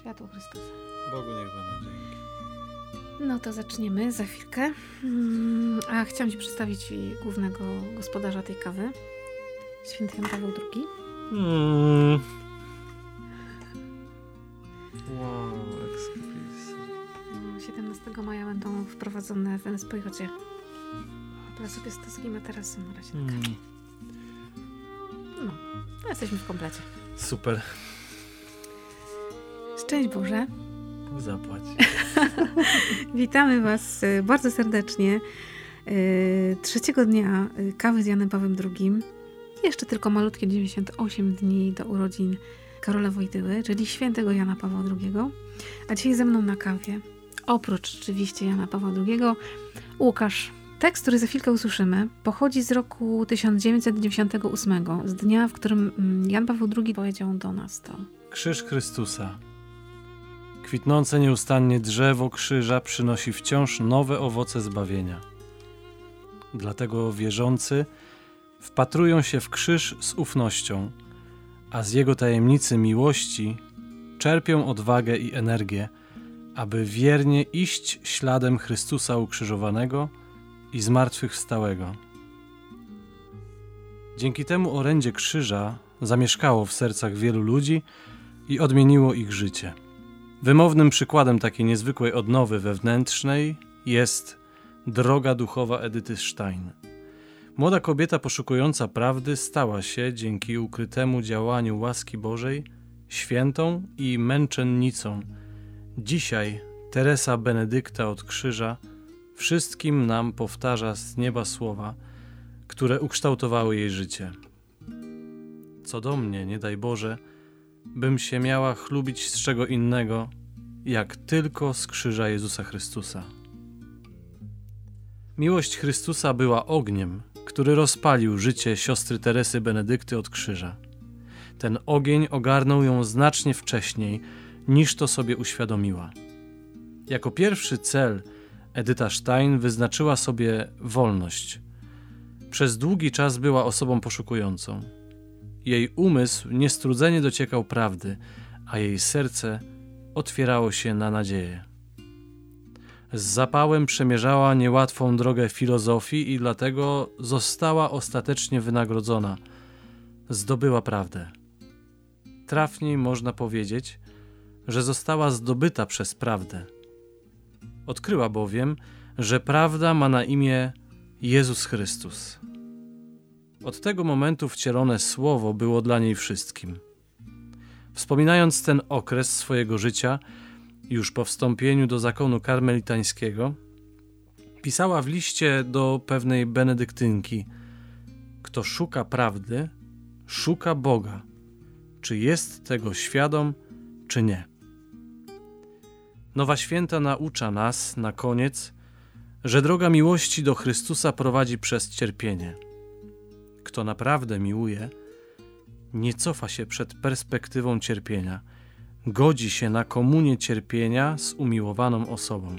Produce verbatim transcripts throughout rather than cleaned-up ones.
Światło Chrystusa. Bogu niech będą dzięki. No to zaczniemy za chwilkę. A chciałam Ci przedstawić głównego gospodarza tej kawy. Święty Jan Paweł drugi. Mm. Wow, ekspres. siedemnastego maja będą wprowadzone w Spoichocie. Teraz sobie stosujemy teraz są na razie. Tak. Mm. No, to jesteśmy w komplecie. Super. Szczęść Boże. Zapłać. Witamy Was bardzo serdecznie. Trzeciego dnia kawy z Janem Pawłem drugim. Jeszcze tylko malutkie dziewięćdziesiąt osiem dni do urodzin Karola Wojtyły, czyli świętego Jana Pawła drugiego. A dzisiaj ze mną na kawie, oprócz oczywiście Jana Pawła drugiego, Łukasz. Tekst, który za chwilkę usłyszymy, pochodzi z roku tysiąc dziewięćset dziewięćdziesiątego ósmego, z dnia, w którym Jan Paweł drugi powiedział do nas to. Krzyż Chrystusa. Kwitnące nieustannie drzewo krzyża przynosi wciąż nowe owoce zbawienia. Dlatego wierzący wpatrują się w krzyż z ufnością, a z jego tajemnicy miłości czerpią odwagę i energię, aby wiernie iść śladem Chrystusa ukrzyżowanego i zmartwychwstałego. Dzięki temu orędzie krzyża zamieszkało w sercach wielu ludzi i odmieniło ich życie. Wymownym przykładem takiej niezwykłej odnowy wewnętrznej jest droga duchowa Edyty Stein. Młoda kobieta poszukująca prawdy stała się, dzięki ukrytemu działaniu łaski Bożej, świętą i męczennicą. Dzisiaj Teresa Benedykta od Krzyża wszystkim nam powtarza z nieba słowa, które ukształtowały jej życie. Co do mnie, nie daj Boże, bym się miała chlubić z czego innego, jak tylko z krzyża Jezusa Chrystusa. Miłość Chrystusa była ogniem, który rozpalił życie siostry Teresy Benedykty od Krzyża. Ten ogień ogarnął ją znacznie wcześniej, niż to sobie uświadomiła. Jako pierwszy cel Edyta Stein wyznaczyła sobie wolność. Przez długi czas była osobą poszukującą. Jej umysł niestrudzenie dociekał prawdy, a jej serce otwierało się na nadzieję. Z zapałem przemierzała niełatwą drogę filozofii i dlatego została ostatecznie wynagrodzona. Zdobyła prawdę. Trafniej można powiedzieć, że została zdobyta przez prawdę. Odkryła bowiem, że prawda ma na imię Jezus Chrystus. Od tego momentu wcielone słowo było dla niej wszystkim. Wspominając ten okres swojego życia, już po wstąpieniu do zakonu karmelitańskiego, pisała w liście do pewnej benedyktynki: kto szuka prawdy, szuka Boga, czy jest tego świadom, czy nie. Nowa Święta naucza nas na koniec, że droga miłości do Chrystusa prowadzi przez cierpienie. Kto naprawdę miłuje, nie cofa się przed perspektywą cierpienia, godzi się na komunię cierpienia z umiłowaną osobą.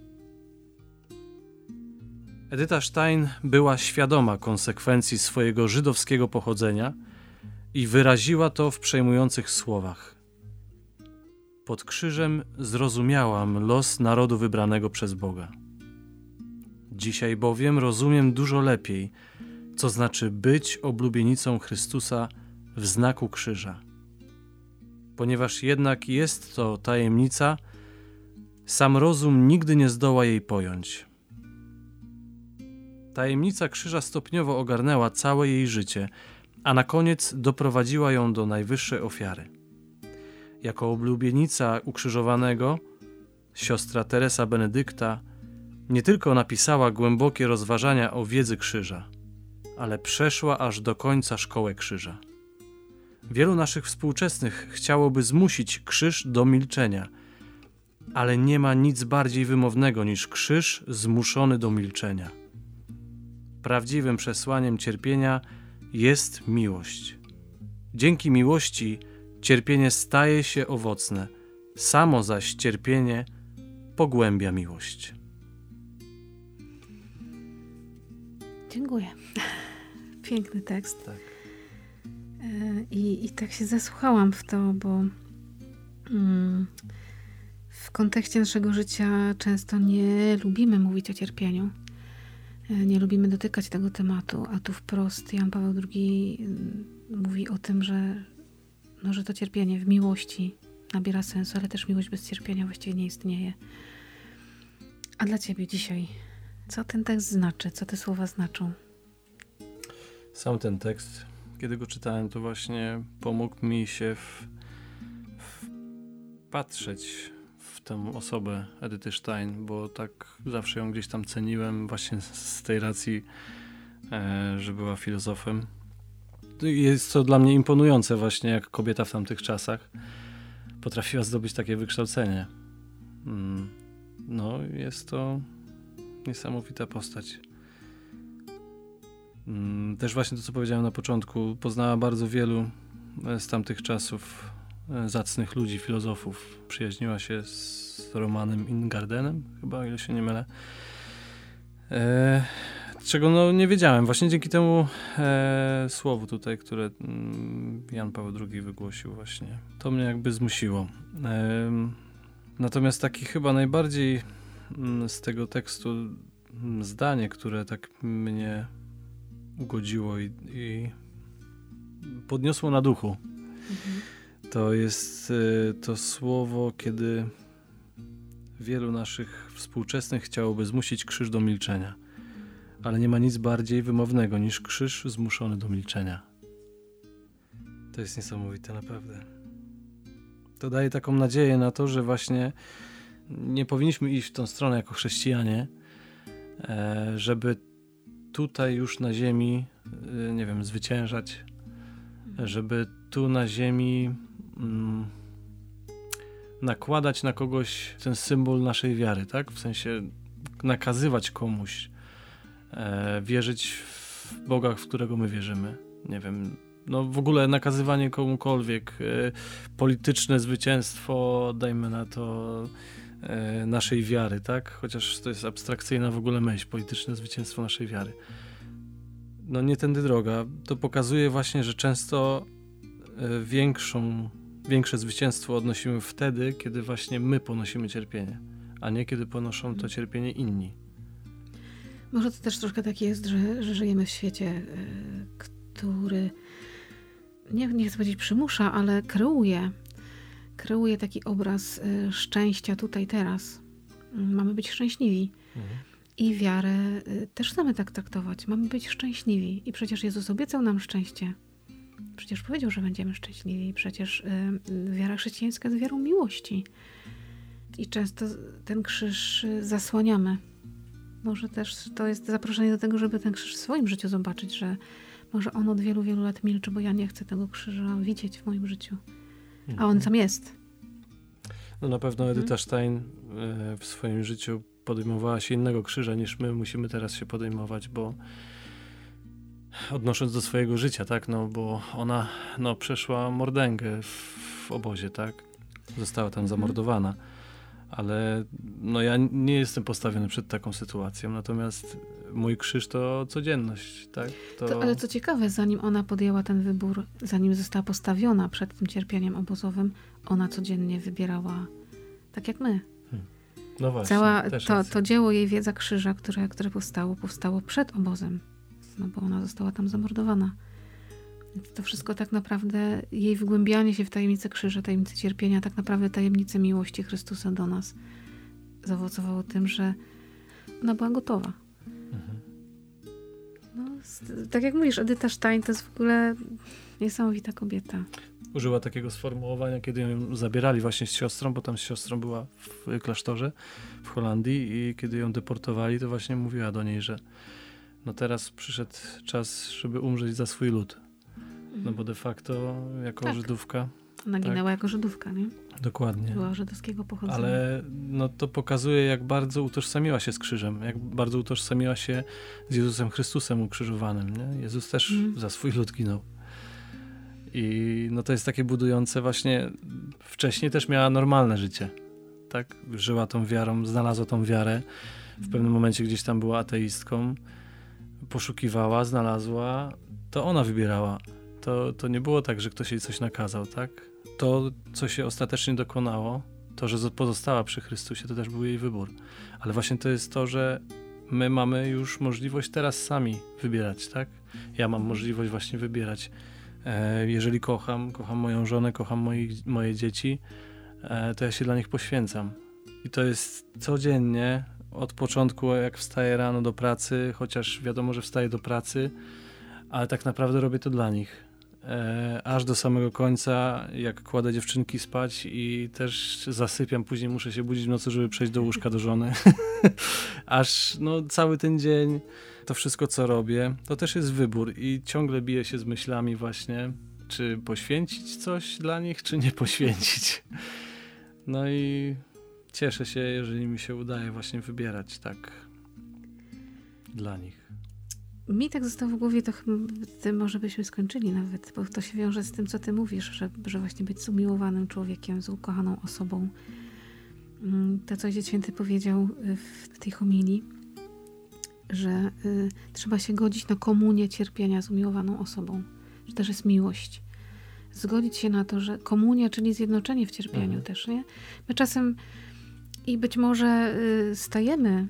Edyta Stein była świadoma konsekwencji swojego żydowskiego pochodzenia i wyraziła to w przejmujących słowach. Pod krzyżem zrozumiałam los narodu wybranego przez Boga. Dzisiaj bowiem rozumiem dużo lepiej, co znaczy być oblubienicą Chrystusa w znaku krzyża. Ponieważ jednak jest to tajemnica, sam rozum nigdy nie zdoła jej pojąć. Tajemnica krzyża stopniowo ogarnęła całe jej życie, a na koniec doprowadziła ją do najwyższej ofiary. Jako oblubienica ukrzyżowanego, siostra Teresa Benedykta nie tylko napisała głębokie rozważania o wiedzy krzyża, ale przeszła aż do końca szkołę krzyża. Wielu naszych współczesnych chciałoby zmusić krzyż do milczenia, ale nie ma nic bardziej wymownego niż krzyż zmuszony do milczenia. Prawdziwym przesłaniem cierpienia jest miłość. Dzięki miłości cierpienie staje się owocne, samo zaś cierpienie pogłębia miłość. Dziękuję. Piękny tekst. Tak. I, I tak się zasłuchałam w to, bo mm, kontekście naszego życia często nie lubimy mówić o cierpieniu. Nie lubimy dotykać tego tematu, a tu wprost Jan Paweł drugi mówi o tym, że, no, że to cierpienie w miłości nabiera sensu, ale też miłość bez cierpienia właściwie nie istnieje. A dla ciebie dzisiaj, co ten tekst znaczy? Co te słowa znaczą? Sam ten tekst, kiedy go czytałem, to właśnie pomógł mi się w, wpatrzeć w tę osobę Edyty Stein, bo tak zawsze ją gdzieś tam ceniłem właśnie z tej racji, e, że była filozofem. Jest to dla mnie imponujące właśnie, jak kobieta w tamtych czasach potrafiła zdobyć takie wykształcenie. Mm. No, jest to niesamowita postać. Mm. Też właśnie to, co powiedziałem na początku, poznała bardzo wielu z tamtych czasów zacnych ludzi, filozofów. Przyjaźniła się z Romanem Ingardenem, chyba, o ile się nie mylę. E, czego no nie wiedziałem. Właśnie dzięki temu e, słowu tutaj, które mm, Jan Paweł drugi wygłosił właśnie. To mnie jakby zmusiło. E, natomiast taki chyba najbardziej mm, z tego tekstu mm, zdanie, które tak mnie ugodziło i, i podniosło na duchu. Mhm. To jest y, to słowo, kiedy wielu naszych współczesnych chciałoby zmusić krzyż do milczenia. Ale nie ma nic bardziej wymownego niż krzyż zmuszony do milczenia. To jest niesamowite, naprawdę. To daje taką nadzieję na to, że właśnie nie powinniśmy iść w tą stronę jako chrześcijanie, e, żeby tutaj już na ziemi, e, nie wiem, zwyciężać, żeby tu na ziemi mm, nakładać na kogoś ten symbol naszej wiary, tak? W sensie nakazywać komuś, e, wierzyć w Boga, w którego my wierzymy. Nie wiem, no w ogóle nakazywanie komukolwiek, e, polityczne zwycięstwo, dajmy na to, e, naszej wiary, tak? Chociaż to jest abstrakcyjna w ogóle myśl, polityczne zwycięstwo naszej wiary. No nie tędy droga. To pokazuje właśnie, że często e, większą, większe zwycięstwo odnosimy wtedy, kiedy właśnie my ponosimy cierpienie, a nie kiedy ponoszą to cierpienie inni. Może to też troszkę tak jest, że, że żyjemy w świecie, y, który nie, nie chcę powiedzieć przymusza, ale kreuje. Kreuje taki obraz y, szczęścia tutaj, teraz. Y, mamy być szczęśliwi. Mhm. I wiarę y, też chcemy tak traktować. Mamy być szczęśliwi. I przecież Jezus obiecał nam szczęście. Przecież powiedział, że będziemy szczęśliwi. Przecież y, wiara chrześcijańska jest wiarą miłości. I często ten krzyż y, zasłaniamy. Może też to jest zaproszenie do tego, żeby ten krzyż w swoim życiu zobaczyć, że może on od wielu, wielu lat milczy, bo ja nie chcę tego krzyża widzieć w moim życiu. A on tam jest. No na pewno Edyta Stein y, w swoim życiu podejmowała się innego krzyża niż my musimy teraz się podejmować, bo odnosząc do swojego życia, tak, no bo ona no, przeszła mordęgę w, w obozie, tak, została tam zamordowana, ale no ja nie jestem postawiony przed taką sytuacją, natomiast mój krzyż to codzienność, tak. To... To, ale co ciekawe, zanim ona podjęła ten wybór, zanim została postawiona przed tym cierpieniem obozowym, ona codziennie wybierała tak jak my. No właśnie, Cała to, to dzieło jej Wiedza Krzyża, które, które powstało, powstało przed obozem, no bo ona została tam zamordowana. Więc to wszystko tak naprawdę, jej wgłębianie się w tajemnicę krzyża, tajemnicę cierpienia, tak naprawdę tajemnicę miłości Chrystusa do nas zaowocowało tym, że ona była gotowa. Mhm. No, tak jak mówisz, Edyta Stein to jest w ogóle niesamowita kobieta. Użyła takiego sformułowania, kiedy ją zabierali właśnie z siostrą, bo tam z siostrą była w klasztorze w Holandii i kiedy ją deportowali, to właśnie mówiła do niej, że no teraz przyszedł czas, żeby umrzeć za swój lud. No bo de facto jako tak. Żydówka... Ona ginęła tak, jako Żydówka, nie? Dokładnie. Była żydowskiego pochodzenia. Ale no to pokazuje, jak bardzo utożsamiła się z krzyżem, jak bardzo utożsamiła się z Jezusem Chrystusem ukrzyżowanym, nie? Jezus też mm. za swój lud ginął. I no to jest takie budujące właśnie, wcześniej też miała normalne życie, tak? Żyła tą wiarą, znalazła tą wiarę, w pewnym momencie gdzieś tam była ateistką, poszukiwała, znalazła, to ona wybierała. To, to nie było tak, że ktoś jej coś nakazał, tak? To, co się ostatecznie dokonało, To, że pozostała przy Chrystusie, to też był jej wybór. Ale właśnie to jest to, że my mamy już możliwość teraz sami wybierać, tak? Ja mam możliwość właśnie wybierać. E, jeżeli kocham, kocham moją żonę, kocham moich, moje dzieci, e, to ja się dla nich poświęcam. I to jest codziennie, od początku jak wstaję rano do pracy, chociaż wiadomo, że wstaję do pracy, ale tak naprawdę robię to dla nich. E, aż do samego końca, jak kładę dziewczynki spać i też zasypiam, później muszę się budzić w nocy, żeby przejść do łóżka do żony. Aż no, cały ten dzień, to wszystko co robię, to też jest wybór i ciągle biję się z myślami właśnie, czy poświęcić coś dla nich, czy nie poświęcić. No i cieszę się, jeżeli mi się udaje właśnie wybierać tak dla nich. Mi tak zostało w głowie, to ty może byśmy skończyli nawet, bo to się wiąże z tym, co ty mówisz, że, że właśnie być z umiłowanym człowiekiem, z ukochaną osobą. To, co Ojciec Święty powiedział w tej homilii, że y, trzeba się godzić na komunię cierpienia z umiłowaną osobą, że też jest miłość. Zgodzić się na to, że komunia, czyli zjednoczenie w cierpieniu mhm. też, nie? My czasem i być może y, stajemy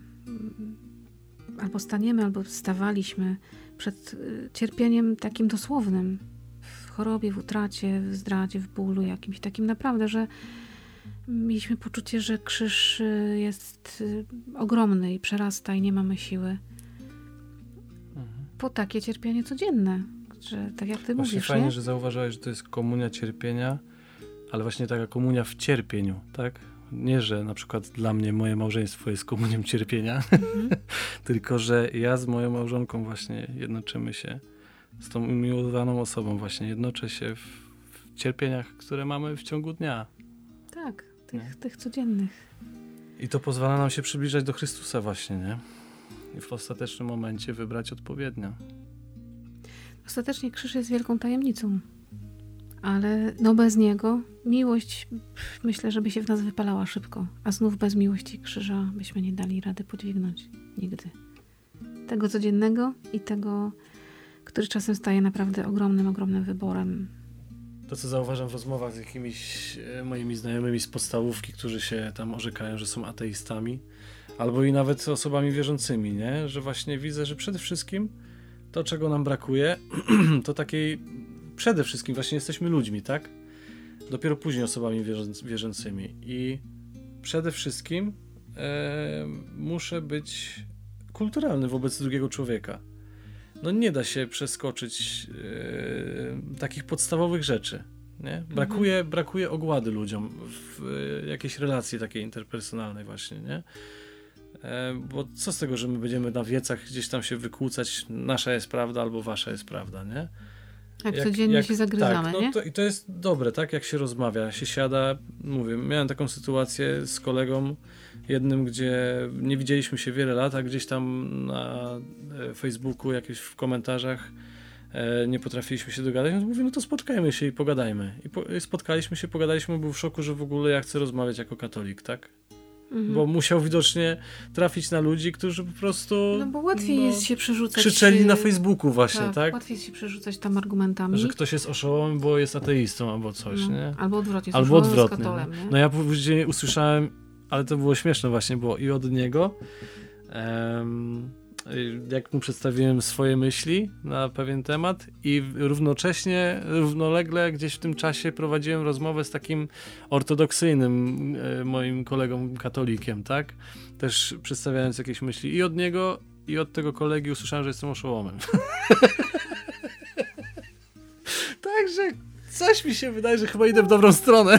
albo staniemy, albo stawaliśmy przed y, cierpieniem takim dosłownym, w chorobie, w utracie, w zdradzie, w bólu jakimś takim naprawdę, że mieliśmy poczucie, że krzyż y, jest y, ogromny i przerasta i nie mamy siły. Mhm. Po takie cierpienie codzienne, że tak jak ty właśnie mówisz, fajnie, nie? że zauważyłeś, że to jest komunia cierpienia, ale właśnie taka komunia w cierpieniu, tak? Nie, że na przykład dla mnie moje małżeństwo jest komunią cierpienia, mhm. tylko że ja z moją małżonką właśnie jednoczymy się z tą umiłowaną osobą, właśnie jednoczę się w, w cierpieniach, które mamy w ciągu dnia. Tak, tych, tych codziennych. I to pozwala nam się przybliżać do Chrystusa właśnie, nie? I w ostatecznym momencie wybrać odpowiednio. Ostatecznie krzyż jest wielką tajemnicą. Ale no bez niego miłość, myślę, żeby się w nas wypalała szybko. A znów bez miłości krzyża byśmy nie dali rady podźwignąć. Nigdy. Tego codziennego i tego, który czasem staje naprawdę ogromnym, ogromnym wyborem. To, co zauważam w rozmowach z jakimiś moimi znajomymi z podstawówki, którzy się tam orzekają, że są ateistami, albo i nawet osobami wierzącymi, nie? Że właśnie widzę, że przede wszystkim to, czego nam brakuje, to takiej przede wszystkim właśnie jesteśmy ludźmi, tak? Dopiero później osobami wierzę- wierzącymi. I przede wszystkim e, muszę być kulturalny wobec drugiego człowieka. No nie da się przeskoczyć e, takich podstawowych rzeczy. Nie? Brakuje, mhm. brakuje ogłady ludziom w e, jakiejś relacji takiej interpersonalnej właśnie, nie? E, bo co z tego, że my będziemy na wiecach gdzieś tam się wykłócać, nasza jest prawda albo wasza jest prawda, nie? Jak, jak codziennie jak, się zagryzamy, tak, no nie? To, i to jest dobre, tak? Jak się rozmawia, się siada, mówię, miałem taką sytuację z kolegą jednym, gdzie nie widzieliśmy się wiele lat, a gdzieś tam na Facebooku, jakieś w komentarzach e, nie potrafiliśmy się dogadać. No to mówię, no to spotkajmy się i pogadajmy. I, po, i spotkaliśmy się, pogadaliśmy, był w szoku, że w ogóle ja chcę rozmawiać jako katolik, tak? Mhm. Bo musiał widocznie trafić na ludzi, którzy po prostu no bo łatwiej no, jest się przerzucać krzyczeli na Facebooku właśnie, tak, tak? Łatwiej jest się przerzucać tam argumentami. Że ktoś jest oszołomem, bo jest ateistą albo coś, no. nie? Albo odwrotnie, albo odwrotnie. Z katolem, nie? No ja później usłyszałem, ale to było śmieszne właśnie, było i od niego, um, jak mu przedstawiłem swoje myśli na pewien temat i równocześnie, równolegle gdzieś w tym czasie prowadziłem rozmowę z takim ortodoksyjnym e, moim kolegą katolikiem, tak? Też przedstawiając jakieś myśli i od niego, i od tego kolegi usłyszałem, że jestem oszołomem. Także coś mi się wydaje, że chyba idę w dobrą stronę.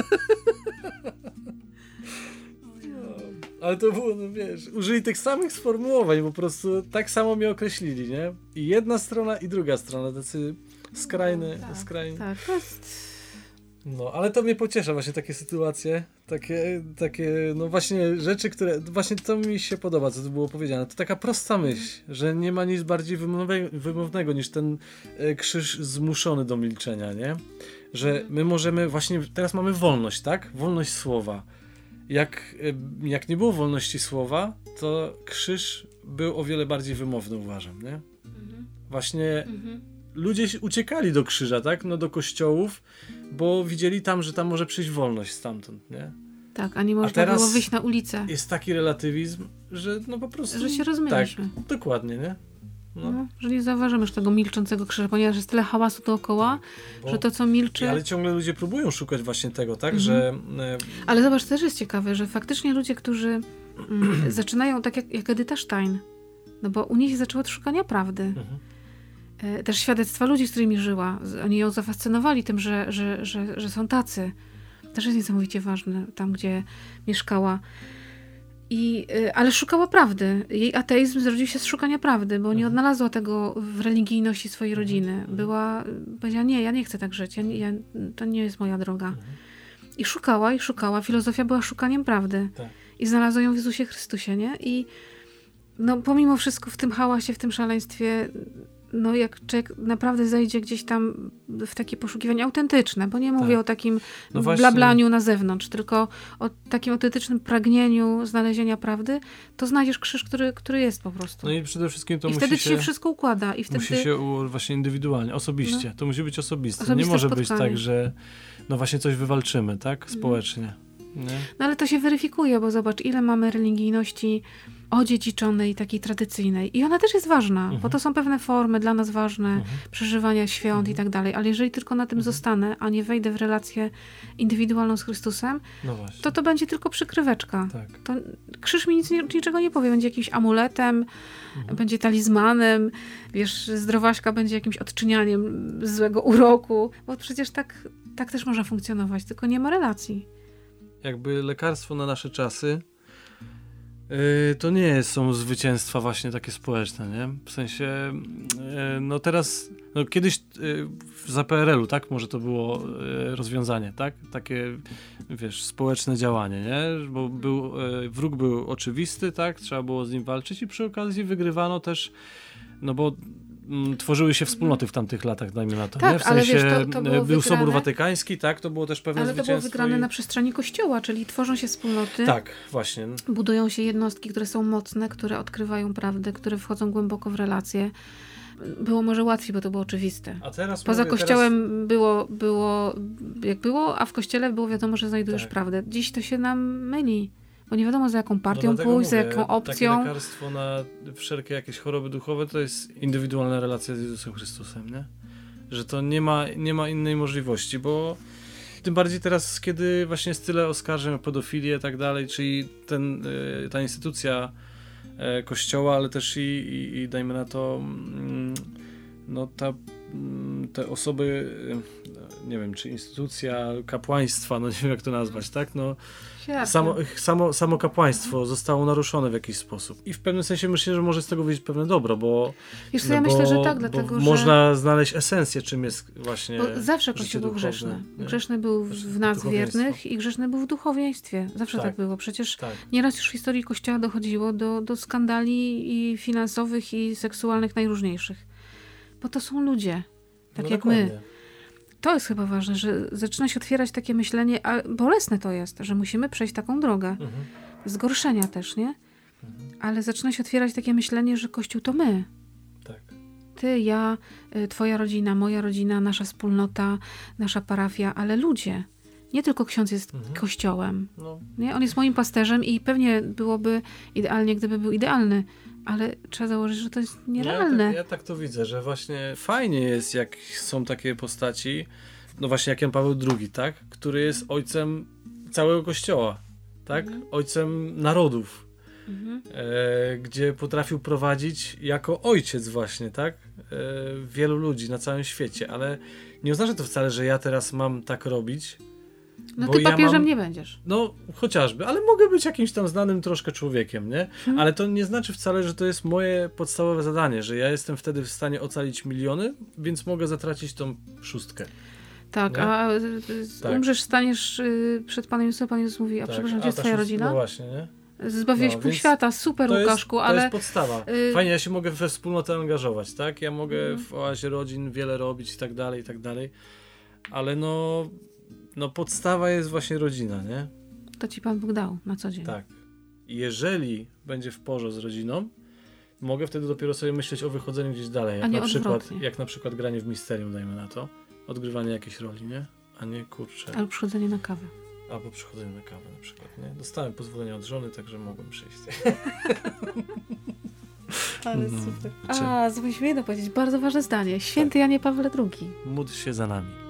Ale to było, no wiesz, użyli tych samych sformułowań, po prostu tak samo mnie określili, nie? I jedna strona, i druga strona, tacy skrajny, no, tak, skrajny. Tak, to jest... No, ale to mnie pociesza właśnie takie sytuacje, takie, takie, no właśnie rzeczy, które, właśnie to mi się podoba, co tu było powiedziane. To taka prosta myśl, że nie ma nic bardziej wymowne, wymownego niż ten e, krzyż zmuszony do milczenia, nie? Że my możemy, właśnie teraz mamy wolność, tak? Wolność słowa. Jak, jak nie było wolności słowa, to krzyż był o wiele bardziej wymowny, uważam, nie? Mhm. Właśnie mhm. ludzie uciekali do krzyża, tak? No do kościołów, bo widzieli tam, że tam może przyjść wolność stamtąd, nie? Tak, a nie można a było wyjść na ulicę. Jest taki relatywizm, że no po prostu... Że się rozmyliśmy. Tak, dokładnie, nie? No. No, że nie zauważymy już tego milczącego krzyża, ponieważ jest tyle hałasu dookoła, Bo, że to, co milczy... Ale ciągle ludzie próbują szukać właśnie tego, tak, mhm. że... E... Ale zobacz, też jest ciekawe, że faktycznie ludzie, którzy mm, zaczynają tak jak, jak Edyta Stein, no bo u niej się zaczęło od szukania prawdy. Mhm. E, też świadectwa ludzi, z którymi żyła. Oni ją zafascynowali tym, że, że, że, że są tacy. Też jest niesamowicie ważne, tam gdzie mieszkała. I, ale szukała prawdy. Jej ateizm zrodził się z szukania prawdy, bo nie odnalazła tego w religijności swojej rodziny. Była, powiedziała, nie, ja nie chcę tak żyć, ja nie, ja, to nie jest moja droga. I szukała, i szukała. Filozofia była szukaniem prawdy. Tak. I znalazła ją w Jezusie Chrystusie, nie? I no, pomimo wszystko w tym hałasie, w tym szaleństwie, no jak człowiek naprawdę zejdzie gdzieś tam w takie poszukiwanie autentyczne, bo nie mówię tak. o takim no blablaniu na zewnątrz, tylko o takim autentycznym pragnieniu znalezienia prawdy, to znajdziesz krzyż, który, który jest po prostu. No i przede wszystkim to I musi wtedy się... ci się wszystko układa. I wtedy... Musi się u, właśnie indywidualnie, osobiście. No. To musi być osobiste. osobiste nie może spotkanie. być tak, że no właśnie coś wywalczymy, tak? Społecznie. Nie? No ale to się weryfikuje, bo zobacz, ile mamy religijności odziedziczonej, takiej tradycyjnej. I ona też jest ważna, mhm. bo to są pewne formy dla nas ważne, mhm. przeżywania świąt mhm. i tak dalej. Ale jeżeli tylko na tym mhm. zostanę, a nie wejdę w relację indywidualną z Chrystusem, no to to będzie tylko przykryweczka. Tak. To krzyż mi nic, niczego nie powie. Będzie jakimś amuletem, mhm. będzie talizmanem, wiesz, zdrowaśka będzie jakimś odczynianiem złego uroku, bo przecież tak, tak też można funkcjonować, tylko nie ma relacji. Jakby lekarstwo na nasze czasy Yy, to nie są zwycięstwa właśnie takie społeczne, nie? W sensie, yy, no teraz, no kiedyś yy, za P R L u, tak? Może to było yy, rozwiązanie, tak? Takie, wiesz, społeczne działanie, nie? Bo był, yy, wróg był oczywisty, tak? Trzeba było z nim walczyć i przy okazji wygrywano też, no bo m, tworzyły się wspólnoty w tamtych latach, dajmy na to, tak, nie? W ale sensie, wiesz, to, to było był wygrane... Sobór Watykański, tak? To było też pewne ale zwycięstwo. Ale to było wygrane i... na przestrzeni Kościoła, czyli tworzą się wspólnoty. Tak, właśnie. Budują się jednostki, które są mocne, które odkrywają prawdę, które wchodzą głęboko w relacje. Było może łatwiej, bo to było oczywiste. A teraz Poza mówię, Kościołem teraz... było, było jak było, a w Kościele było wiadomo, że znajdujesz tak. prawdę. Dziś to się nam myli. Bo nie wiadomo, za jaką partią no pójść, mówię, za jaką opcją. Takie lekarstwo na wszelkie jakieś choroby duchowe to jest indywidualna relacja z Jezusem Chrystusem, nie? Że to nie ma, nie ma innej możliwości, bo tym bardziej teraz, kiedy właśnie jest tyle oskarżeń o pedofilię i tak dalej, czyli ten, ta instytucja Kościoła, ale też i, i, i dajmy na to no ta, te osoby, nie wiem, czy instytucja kapłaństwa, no nie wiem jak to nazwać, tak? No Samo, samo, samo kapłaństwo zostało naruszone w jakiś sposób. I w pewnym sensie myślę, że może z tego wyjść pewne dobro, bo... Wiesz co, no ja bo, myślę, że tak, dlatego, że... Można znaleźć esencję, czym jest właśnie bo zawsze Kościół był duchowne, grzeszny. Nie? Grzeszny był w, w nas wiernych i grzeszny był w duchowieństwie. Zawsze tak, tak było. Przecież tak. nieraz już w historii Kościoła dochodziło do, do skandali i finansowych, i seksualnych najróżniejszych. Bo to są ludzie. Tak no jak dokładnie. my. To jest chyba ważne, że zaczyna się otwierać takie myślenie, a bolesne to jest, że musimy przejść taką drogę. Mhm. Zgorszenia też, nie? Mhm. Ale zaczyna się otwierać takie myślenie, że Kościół to my. Tak. Ty, ja, twoja rodzina, moja rodzina, nasza wspólnota, nasza parafia, ale ludzie. Nie tylko ksiądz jest mhm. kościołem. No. Nie? On jest moim pasterzem i pewnie byłoby idealnie, gdyby był idealny. Ale trzeba założyć, że to jest nierealne. Ja tak, ja tak to widzę, że właśnie fajnie jest, jak są takie postaci, no właśnie jak Jan Paweł drugi, tak? Który jest ojcem całego Kościoła, tak? Mhm. Ojcem narodów, mhm. e, gdzie potrafił prowadzić jako ojciec właśnie, tak? E, wielu ludzi na całym świecie, ale nie oznacza to wcale, że ja teraz mam tak robić. No ty papieżem ja mam, nie będziesz. No chociażby, ale mogę być jakimś tam znanym troszkę człowiekiem, nie? Hmm. Ale to nie znaczy wcale, że to jest moje podstawowe zadanie, że ja jestem wtedy w stanie ocalić miliony, więc mogę zatracić tą szóstkę. Tak, nie? a tak. umrzesz, staniesz przed Panem Jezusem, Pan Jezus mówi, a tak, przepraszam, gdzie jest twoja szóstka, rodzina? No właśnie, nie? Zbawiłeś no, pół świata, super to Łukaszku, jest, ale... To jest podstawa. Fajnie, ja się mogę we wspólnotę angażować, tak? Ja mogę hmm. w oazie rodzin wiele robić i tak dalej, i tak dalej, ale no... No podstawa jest właśnie rodzina, nie? To ci Pan Bóg dał na co dzień. Tak. I jeżeli będzie w porze z rodziną, mogę wtedy dopiero sobie myśleć o wychodzeniu gdzieś dalej. Jak, A nie na przykład, odwrotnie. jak na przykład granie w misterium, dajmy na to. Odgrywanie jakiejś roli, nie? A nie kurczę. Albo przychodzenie na kawę. Albo przychodzenie na kawę na przykład, nie? Dostałem pozwolenie od żony, także mogłem przyjść. Ale super. A, zapomnieliśmy jedno powiedzieć, bardzo ważne zdanie. Święty Janie Pawle drugi. Módl się za nami.